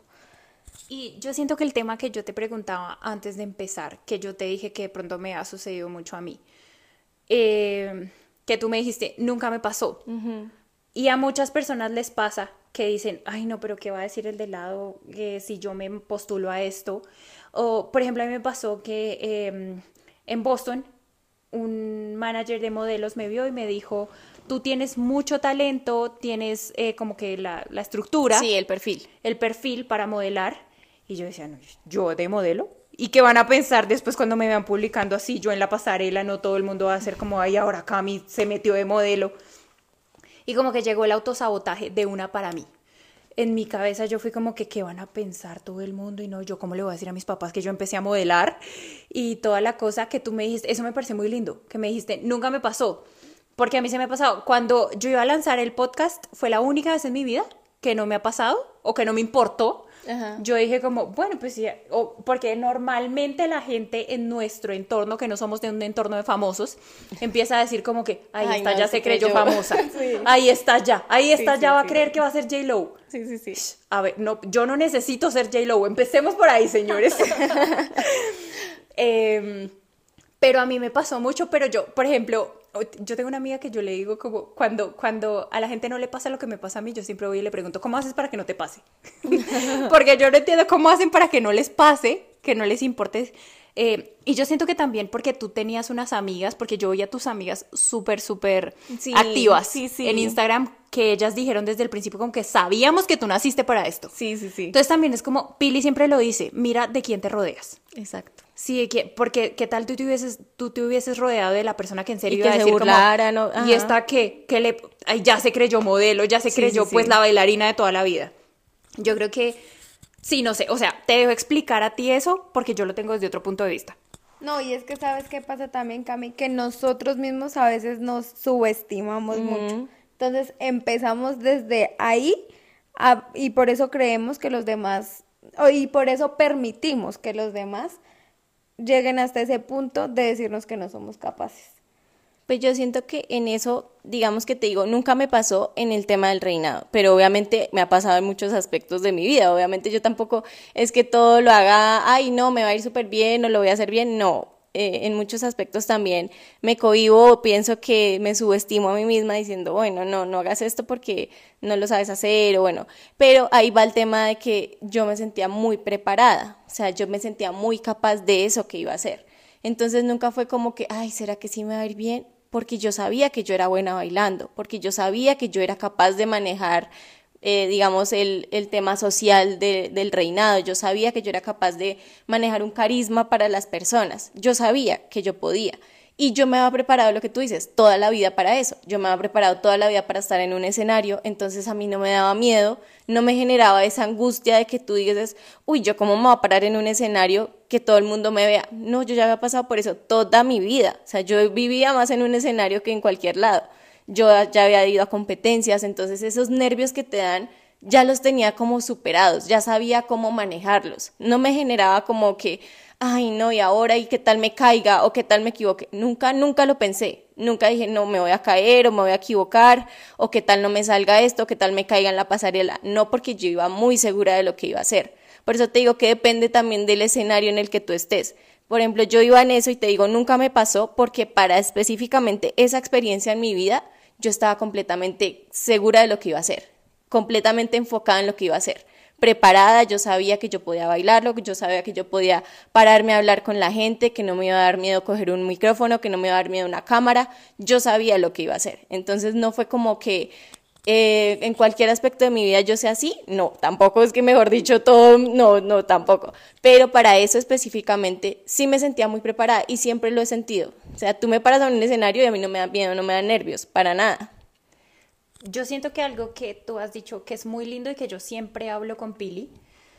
Y yo siento que el tema que yo te preguntaba antes de empezar, que yo te dije que de pronto me ha sucedido mucho a mí, eh, que tú me dijiste, nunca me pasó. Uh-huh. Y a muchas personas les pasa que dicen, ay no, pero ¿qué va a decir el de lado eh, si yo me postulo a esto? O, por ejemplo, a mí me pasó que eh, en Boston un manager de modelos me vio y me dijo, tú tienes mucho talento, tienes eh, como que la, la estructura. Sí, el perfil. El perfil para modelar. Y yo decía, no, ¿yo de modelo? ¿Y qué van a pensar después cuando me vean publicando así, yo en la pasarela? No todo el mundo va a ser como, ay, ahora Cami se metió de modelo. Y como que llegó el autosabotaje de una para mí. En mi cabeza yo fui como que, ¿qué van a pensar todo el mundo? Y no, yo cómo le voy a decir a mis papás que yo empecé a modelar y toda la cosa que tú me dijiste, eso me pareció muy lindo, que me dijiste, nunca me pasó, porque a mí se me ha pasado. Cuando yo iba a lanzar el podcast, fue la única vez en mi vida que no me ha pasado o que no me importó. Ajá. Yo dije como, bueno, pues sí, o, porque normalmente la gente en nuestro entorno, que no somos de un entorno de famosos, empieza a decir como que, ahí Ay, está, no, ya se creyó famosa, sí. Ahí está ya, ahí está sí, ya sí, va sí. a creer que va a ser J-Lo. Sí, sí, sí. A ver, no, yo no necesito ser J-Lo, empecemos por ahí, señores. eh, pero a mí me pasó mucho, pero yo, por ejemplo, yo tengo una amiga que yo le digo como, cuando, cuando a la gente no le pasa lo que me pasa a mí, yo siempre voy y le pregunto, ¿cómo haces para que no te pase? Porque yo no entiendo cómo hacen para que no les pase, que no les importe. Eh, y yo siento que también porque tú tenías unas amigas, porque yo veía a tus amigas súper, súper sí, activas sí, sí. en Instagram, que ellas dijeron desde el principio como que sabíamos que tú naciste para esto. Sí, sí, sí. Entonces también es como, Pili siempre lo dice, mira de quién te rodeas. Exacto. Sí, que, porque qué tal tú te hubieses, tú te hubieses rodeado de la persona que en serio y iba que a decir se burlara, como, ¿no? y esta que, que le, ay, ya se creyó modelo, ya se sí, creyó sí, pues sí. la bailarina de toda la vida. Yo creo que, sí, no sé, o sea, te dejo explicar a ti eso porque yo lo tengo desde otro punto de vista. No, y es que sabes qué pasa también, Cami, que nosotros mismos a veces nos subestimamos uh-huh. mucho. Entonces empezamos desde ahí a, y por eso creemos que los demás, y por eso permitimos que los demás lleguen hasta ese punto de decirnos que no somos capaces. Pues yo siento que en eso, digamos que te digo, nunca me pasó en el tema del reinado, pero obviamente me ha pasado en muchos aspectos de mi vida. Obviamente yo tampoco es que todo lo haga, ay, no, me va a ir súper bien o lo voy a hacer bien, no. Eh, en muchos aspectos también me cohíbo o pienso que me subestimo a mí misma diciendo, bueno, no, no hagas esto porque no lo sabes hacer o bueno, pero ahí va el tema de que yo me sentía muy preparada, o sea, yo me sentía muy capaz de eso que iba a hacer. Entonces nunca fue como que, ay, ¿será que sí me va a ir bien? Porque yo sabía que yo era buena bailando, porque yo sabía que yo era capaz de manejar eh, digamos, el, el tema social de, del reinado. Yo sabía que yo era capaz de manejar un carisma para las personas. Yo sabía que yo podía. Y yo me había preparado, lo que tú dices, toda la vida para eso. Yo me había preparado toda la vida para estar en un escenario, entonces a mí no me daba miedo, no me generaba esa angustia de que tú dices, uy, ¿yo cómo me voy a parar en un escenario que todo el mundo me vea? No, yo ya había pasado por eso toda mi vida. O sea, yo vivía más en un escenario que en cualquier lado. Yo ya había ido a competencias, entonces esos nervios que te dan ya los tenía como superados, ya sabía cómo manejarlos. No me generaba como que, ay no, y ahora, y qué tal me caiga, o qué tal me equivoque. Nunca, nunca lo pensé. Nunca dije, no, me voy a caer, o me voy a equivocar, o qué tal no me salga esto, o qué tal me caiga en la pasarela. No, porque yo iba muy segura de lo que iba a hacer. Por eso te digo que depende también del escenario en el que tú estés. Por ejemplo, yo iba en eso y te digo, nunca me pasó, porque para específicamente esa experiencia en mi vida, yo estaba completamente segura de lo que iba a hacer, completamente enfocada en lo que iba a hacer, preparada. Yo sabía que yo podía bailarlo, que yo sabía que yo podía pararme a hablar con la gente, que no me iba a dar miedo coger un micrófono, que no me iba a dar miedo una cámara. Yo sabía lo que iba a hacer. Entonces no fue como que eh, en cualquier aspecto de mi vida yo sea así, no, tampoco es que mejor dicho todo, no, no, tampoco, pero para eso específicamente sí me sentía muy preparada y siempre lo he sentido. O sea, tú me paras en un escenario y a mí no me da miedo, no me da nervios, para nada. Yo siento que algo que tú has dicho que es muy lindo y que yo siempre hablo con Pili,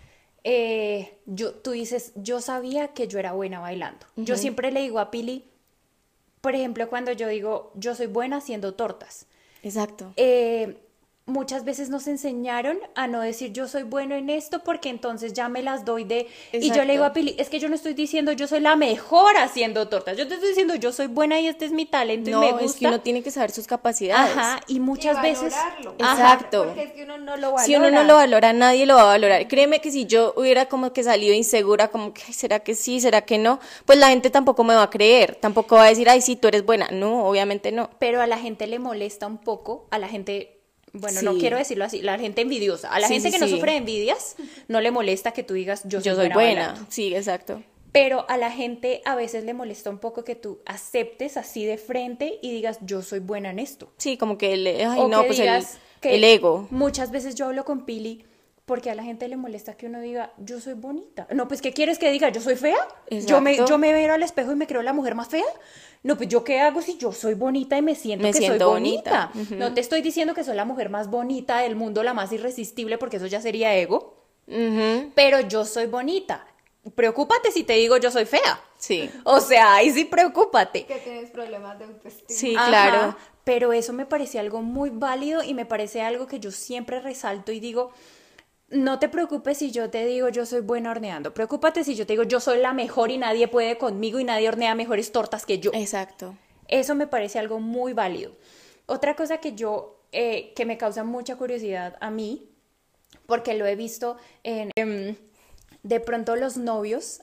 eh, yo, tú dices, yo sabía que yo era buena bailando. Uh-huh. Yo siempre le digo a Pili, por ejemplo, cuando yo digo, yo soy buena haciendo tortas. Exacto. Eh, muchas veces nos enseñaron a no decir yo soy bueno en esto porque entonces ya me las doy de... Exacto. Y yo le digo a Pili, es que yo no estoy diciendo yo soy la mejor haciendo tortas, yo te estoy diciendo yo soy buena y este es mi talento no, y me gusta. Es que uno tiene que saber sus capacidades. Ajá, y muchas y veces... Exacto. Porque es que uno no lo valora. Si uno no lo valora, nadie lo va a valorar. Créeme que si yo hubiera como que salido insegura, como que, ¿será que sí? ¿Será que no? Pues la gente tampoco me va a creer, tampoco va a decir, ay, sí, tú eres buena. No, obviamente no. Pero a la gente le molesta un poco, a la gente... Bueno, sí. No quiero decirlo así, la gente envidiosa. A la sí, gente sí, que no sí. sufre de envidias, no le molesta que tú digas, yo soy, yo soy buena. buena. Bailando. Sí, exacto. Pero a la gente a veces le molesta un poco que tú aceptes así de frente y digas, yo soy buena en esto. Sí, como que el, ay, o no, que pues digas el, que el ego. Muchas veces yo hablo con Pili porque a la gente le molesta que uno diga, yo soy bonita. No, pues, ¿qué quieres que diga? ¿Yo soy fea? ¿Yo me, yo me veo al espejo y me creo la mujer más fea? No, pues, ¿yo qué hago si yo soy bonita y me siento me que siento soy bonita? bonita. Uh-huh. No te estoy diciendo que soy la mujer más bonita del mundo, la más irresistible, porque eso ya sería ego. Uh-huh. Pero yo soy bonita. Preocúpate si te digo yo soy fea. Sí. O sea, ahí sí preocúpate. Que tienes problemas de autoestima. Sí, Ajá, claro. Pero eso me parece algo muy válido y me parece algo que yo siempre resalto y digo... No te preocupes si yo te digo yo soy buena horneando. Preocúpate si yo te digo yo soy la mejor y nadie puede conmigo y nadie hornea mejores tortas que yo. Exacto. Eso me parece algo muy válido. Otra cosa que yo, eh, que me causa mucha curiosidad a mí, porque lo he visto en, eh, de pronto los novios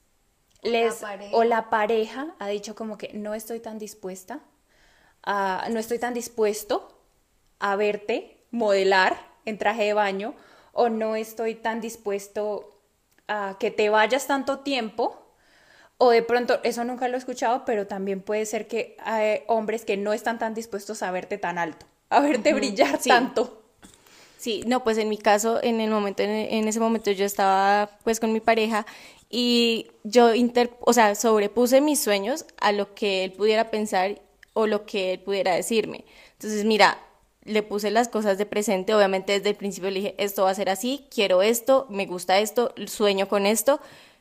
les, la o la pareja ha dicho como que no estoy tan dispuesta, a, no estoy tan dispuesto a verte modelar en traje de baño, o no estoy tan dispuesto a que te vayas tanto tiempo, o de pronto, eso nunca lo he escuchado, pero también puede ser que hay hombres que no están tan dispuestos a verte tan alto, a verte uh-huh. brillar sí. tanto. Sí, no, pues en mi caso, en el momento, en, en ese momento yo estaba pues con mi pareja y yo, inter, o sea, sobrepuse mis sueños a lo que él pudiera pensar o lo que él pudiera decirme. Entonces, mira, le puse las cosas de presente, obviamente desde el principio le dije, esto va a ser así, quiero esto, me gusta esto, sueño con esto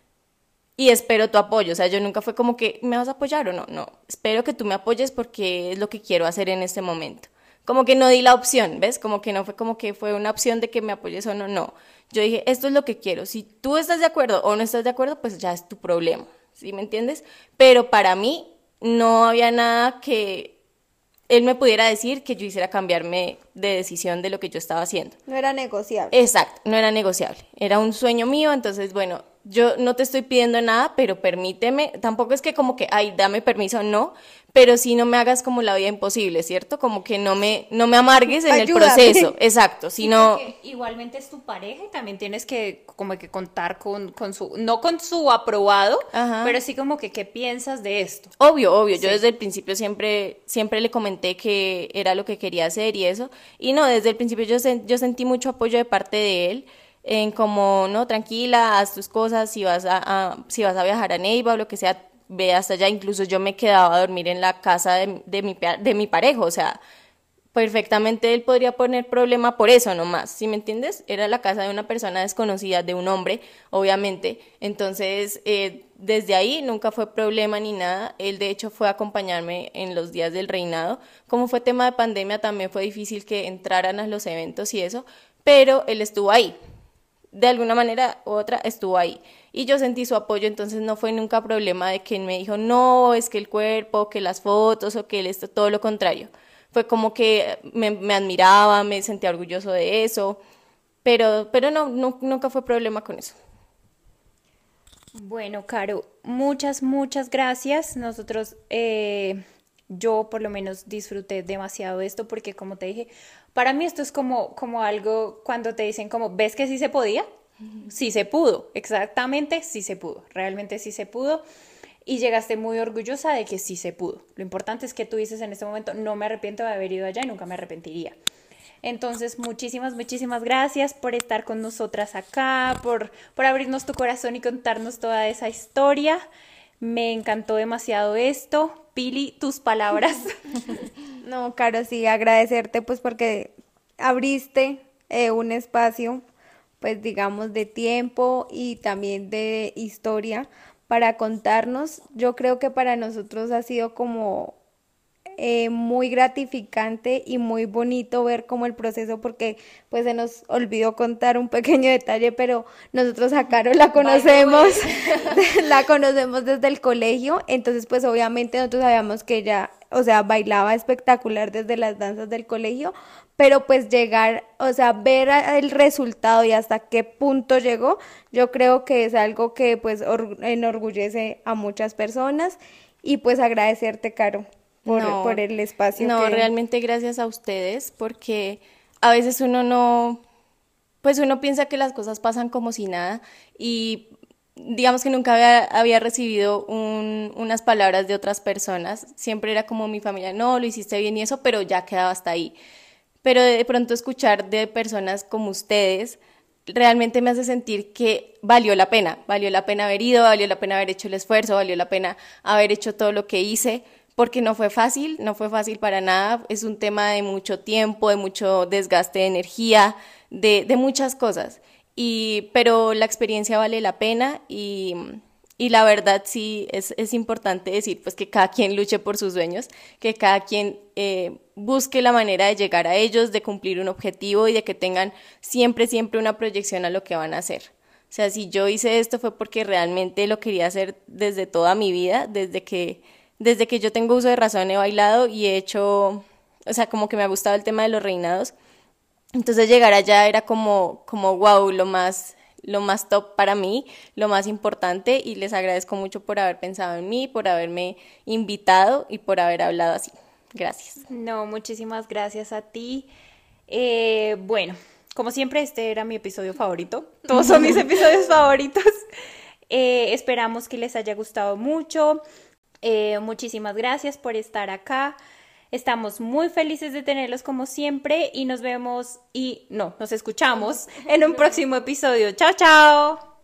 y espero tu apoyo. O sea, yo nunca fue como que, ¿me vas a apoyar o no? No, espero que tú me apoyes porque es lo que quiero hacer en este momento. Como que no di la opción, ¿ves? Como que no fue como que fue una opción de que me apoyes o no, no. Yo dije, esto es lo que quiero, si tú estás de acuerdo o no estás de acuerdo, pues ya es tu problema, ¿sí me entiendes? Pero para mí no había nada que... él me pudiera decir que yo hiciera cambiarme de decisión de lo que yo estaba haciendo. No era negociable. Exacto, no era negociable, era un sueño mío, entonces bueno, yo no te estoy pidiendo nada, pero permíteme, tampoco es que como que, ay, dame permiso, no, pero sí no me hagas como la vida imposible, ¿cierto? Como que no me, no me amargues en Ayúdame. el proceso, exacto, sino... Porque igualmente es tu pareja y también tienes que como que contar con, con su, no con su aprobado, Ajá. pero sí como que qué piensas de esto. Obvio, obvio, Sí. yo desde el principio siempre, siempre le comenté que era lo que quería hacer y eso, y no, desde el principio yo, sen- yo sentí mucho apoyo de parte de él, en como, no, tranquila, haz tus cosas, si vas a, a- si vas a viajar a Neiva o lo que sea, ve hasta allá, incluso yo me quedaba a dormir en la casa de, de mi, pa- de mi pareja, o sea, perfectamente él podría poner problema por eso nomás, ¿sí me entiendes? Era la casa de una persona desconocida, de un hombre, obviamente, entonces eh, desde ahí nunca fue problema ni nada, él de hecho fue a acompañarme en los días del reinado, como fue tema de pandemia también fue difícil que entraran a los eventos y eso, pero él estuvo ahí, de alguna manera u otra estuvo ahí. Y yo sentí su apoyo, entonces no fue nunca problema de que él me dijo, no, es que el cuerpo, que las fotos o que él esto, todo lo contrario. Fue como que me, me admiraba, me sentía orgulloso de eso, pero, pero no, no, nunca fue problema con eso. Bueno, Caro, muchas, muchas gracias. Nosotros, eh, yo por lo menos disfruté demasiado de esto porque como te dije, para mí esto es como, como algo cuando te dicen como, ¿ves que sí se podía? Sí se pudo, exactamente, sí se pudo, realmente sí se pudo. Y llegaste muy orgullosa de que sí se pudo. Lo importante es que tú dices en este momento, no me arrepiento de haber ido allá y nunca me arrepentiría. Entonces, muchísimas, muchísimas gracias por estar con nosotras acá, por, por abrirnos tu corazón y contarnos toda esa historia. Me encantó demasiado esto. Pili, tus palabras. No, Caro, sí, agradecerte pues porque abriste eh, un espacio, pues digamos, de tiempo y también de historia para contarnos. Yo creo que para nosotros ha sido como eh, muy gratificante y muy bonito ver como el proceso, porque pues se nos olvidó contar un pequeño detalle, pero nosotros a Caro la conocemos, la conocemos desde el colegio, entonces pues obviamente nosotros sabíamos que ella, o sea, bailaba espectacular desde las danzas del colegio, pero pues llegar, o sea, ver a- el resultado y hasta qué punto llegó, yo creo que es algo que pues or- enorgullece a muchas personas y pues agradecerte, Caro, por, No, por el espacio no, que... realmente gracias a ustedes, porque a veces uno no, pues uno piensa que las cosas pasan como si nada y digamos que nunca había, había recibido un- unas palabras de otras personas, siempre era como mi familia, no, lo hiciste bien y eso, pero ya quedaba hasta ahí. Pero de pronto escuchar de personas como ustedes realmente me hace sentir que valió la pena, valió la pena haber ido, valió la pena haber hecho el esfuerzo, valió la pena haber hecho todo lo que hice, porque no fue fácil, no fue fácil para nada, es un tema de mucho tiempo, de mucho desgaste de energía, de, de muchas cosas, y, pero la experiencia vale la pena y, y la verdad sí es, es importante decir pues que cada quien luche por sus sueños, que cada quien eh, busque la manera de llegar a ellos, de cumplir un objetivo y de que tengan siempre, siempre una proyección a lo que van a hacer. O sea, si yo hice esto fue porque realmente lo quería hacer desde toda mi vida, desde que, desde que yo tengo uso de razón he bailado y he hecho, o sea, como que me ha gustado el tema de los reinados. Entonces llegar allá era como, como wow, lo más, lo más top para mí, lo más importante y les agradezco mucho por haber pensado en mí, por haberme invitado y por haber hablado así. Gracias. No, muchísimas gracias a ti. Eh, bueno, como siempre, este era mi episodio favorito. Todos son mis episodios favoritos. Eh, esperamos que les haya gustado mucho. Eh, muchísimas gracias por estar acá. Estamos muy felices de tenerlos como siempre y nos vemos y no, nos escuchamos en un próximo episodio. Chao, chao.